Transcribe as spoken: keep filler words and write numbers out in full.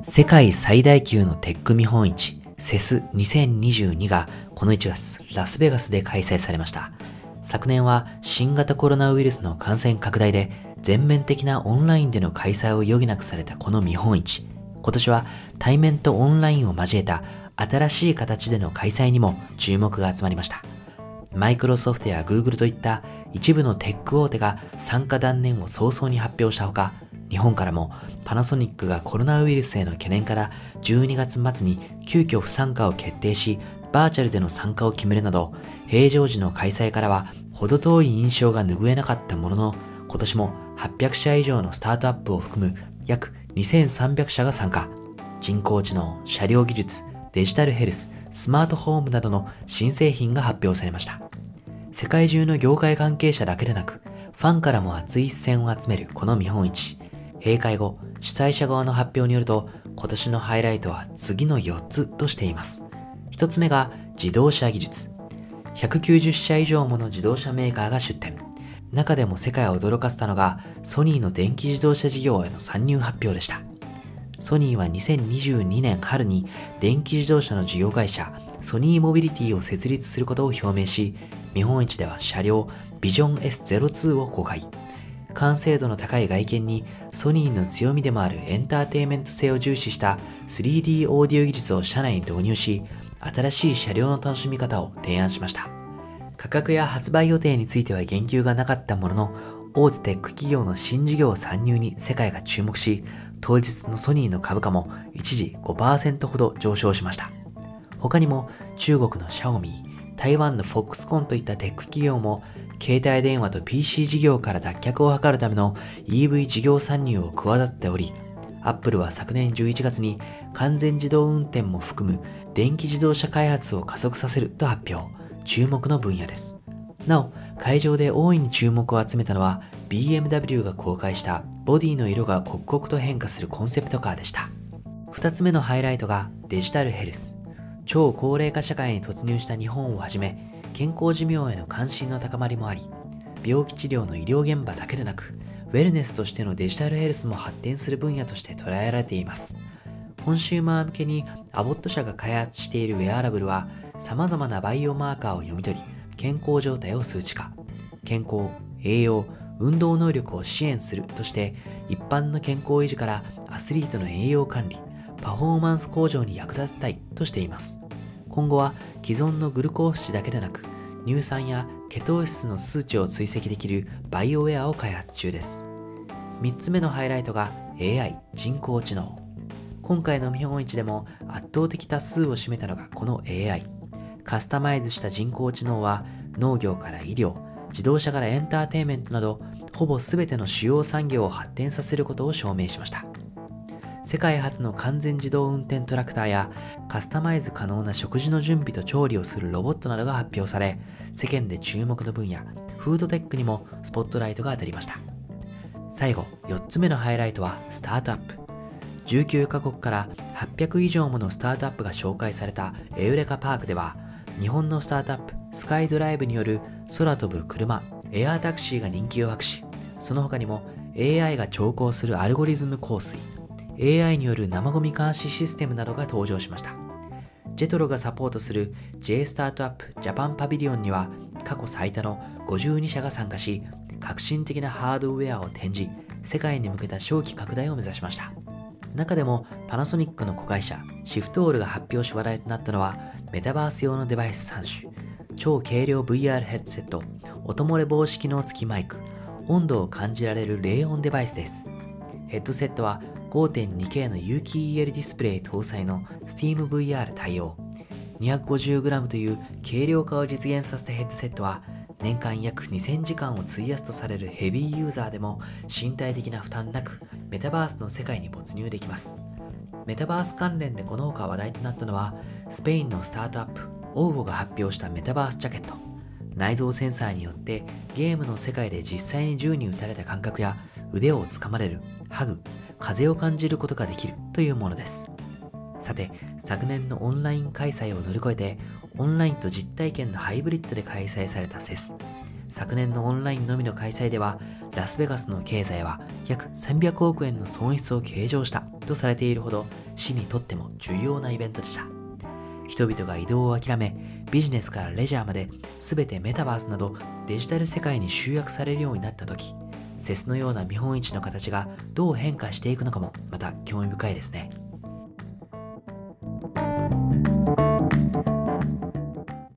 世界最大級のテック見本市 セスにせんにじゅうに がこのいちがつラスベガスで開催されました。昨年は新型コロナウイルスの感染拡大で全面的なオンラインでの開催を余儀なくされたこの見本市。今年は対面とオンラインを交えた新しい形での開催にも注目が集まりました。マイクロソフトや Google といった一部のテック大手が参加断念を早々に発表したほか、日本からもパナソニックがコロナウイルスへの懸念からじゅうにがつ末に急遽不参加を決定し、バーチャルでの参加を決めるなど、平常時の開催からは程遠い印象が拭えなかったものの、今年もはっぴゃくしゃ以上のスタートアップを含む約にせんさんびゃくしゃが参加。人工知能、車両技術、デジタルヘルス、スマートホームなどの新製品が発表されました。世界中の業界関係者だけでなく、ファンからも熱い視線を集めるこの見本市。閉会後、主催者側の発表によると、今年のハイライトは次のよっつとしています。ひとつめが自動車技術。ひゃくきゅうじゅっしゃ以上もの自動車メーカーが出展。中でも世界を驚かせたのが、ソニーの電気自動車事業への参入発表でした。ソニーはにせんにじゅうにねん春に電気自動車の事業会社、ソニーモビリティを設立することを表明し、見本市では車両ビジョン エスゼロツー を公開。完成度の高い外見にソニーの強みでもあるエンターテインメント性を重視した スリーディー オーディオ技術を車内に導入し、新しい車両の楽しみ方を提案しました。価格や発売予定については言及がなかったものの、大手テック企業の新事業参入に世界が注目し、当日のソニーの株価も一時 ごパーセント ほど上昇しました。他にも中国のシャオミ、台湾のフォックスコンといったテック企業も携帯電話と ピーシー 事業から脱却を図るための イーブイ 事業参入を企てており、アップルは昨年じゅういちがつに完全自動運転も含む電気自動車開発を加速させると発表。注目の分野です。なお、会場で大いに注目を集めたのは ビーエムダブリュー が公開したボディの色が刻々と変化するコンセプトカーでした。二つ目のハイライトがデジタルヘルス。超高齢化社会に突入した日本をはじめ、健康寿命への関心の高まりもあり、病気治療の医療現場だけでなく、ウェルネスとしてのデジタルヘルスも発展する分野として捉えられています。コンシューマー向けにアボット社が開発しているウェアラブルは、様々なバイオマーカーを読み取り、健康状態を数値化。健康、栄養、運動能力を支援するとして、一般の健康維持からアスリートの栄養管理、パフォーマンス向上に役立てたいとしています。今後は既存のグルコース値だけでなく、乳酸やケトーシスの数値を追跡できるバイオウェアを開発中です。みっつめのハイライトが エーアイ、人工知能。今回の見本市でも圧倒的多数を占めたのがこの エーアイ。カスタマイズした人工知能は農業から医療、自動車からエンターテインメントなど、ほぼ全ての主要産業を発展させることを証明しました。世界初の完全自動運転トラクターやカスタマイズ可能な食事の準備と調理をするロボットなどが発表され、世間で注目の分野、フードテックにもスポットライトが当たりました。最後、よっつめのハイライトはスタートアップ。じゅうきゅうかこくからはっぴゃく以上ものスタートアップが紹介されたエウレカパークでは、日本のスタートアップスカイドライブによる空飛ぶ車、エアータクシーが人気を博し、その他にも エーアイ が調校するアルゴリズム香水、エーアイ による生ゴミ監視システムなどが登場しました。ジェトロがサポートする J スタートアップジャパンパビリオンには過去最多のごじゅうにしゃが参加し、革新的なハードウェアを展示、世界に向けた商機拡大を目指しました。中でもパナソニックの子会社シフトオールが発表し話題となったのは、メタバース用のデバイスさんしゅ、超軽量 ブイアール ヘッドセット、音漏れ防止機能付きマイク、温度を感じられる冷温デバイスです。ヘッドセットは ごてんにケー の有機 イーエル ディスプレイ搭載の Steam ブイアール 対応。にひゃくごじゅうグラム という軽量化を実現させたヘッドセットは、年間約にせんじかんを費やすとされるヘビーユーザーでも身体的な負担なく、メタバースの世界に没入できます。メタバース関連でこの他話題となったのは、スペインのスタートアップ、オーボが発表したメタバースジャケット。内蔵センサーによってゲームの世界で実際に銃に撃たれた感覚や腕をつかまれる、ハグ、風を感じることができるというものです。さて、昨年のオンライン開催を乗り越えて、オンラインと実体験のハイブリッドで開催されたセス。 昨年のオンラインのみの開催では、ラスベガスの経済は約さんびゃくおくえんの損失を計上したとされているほど、市にとっても重要なイベントでした。人々が移動を諦め、ビジネスからレジャーまで全てメタバースなどデジタル世界に集約されるようになった時、セスのような見本市の形がどう変化していくのかもまた興味深いですね。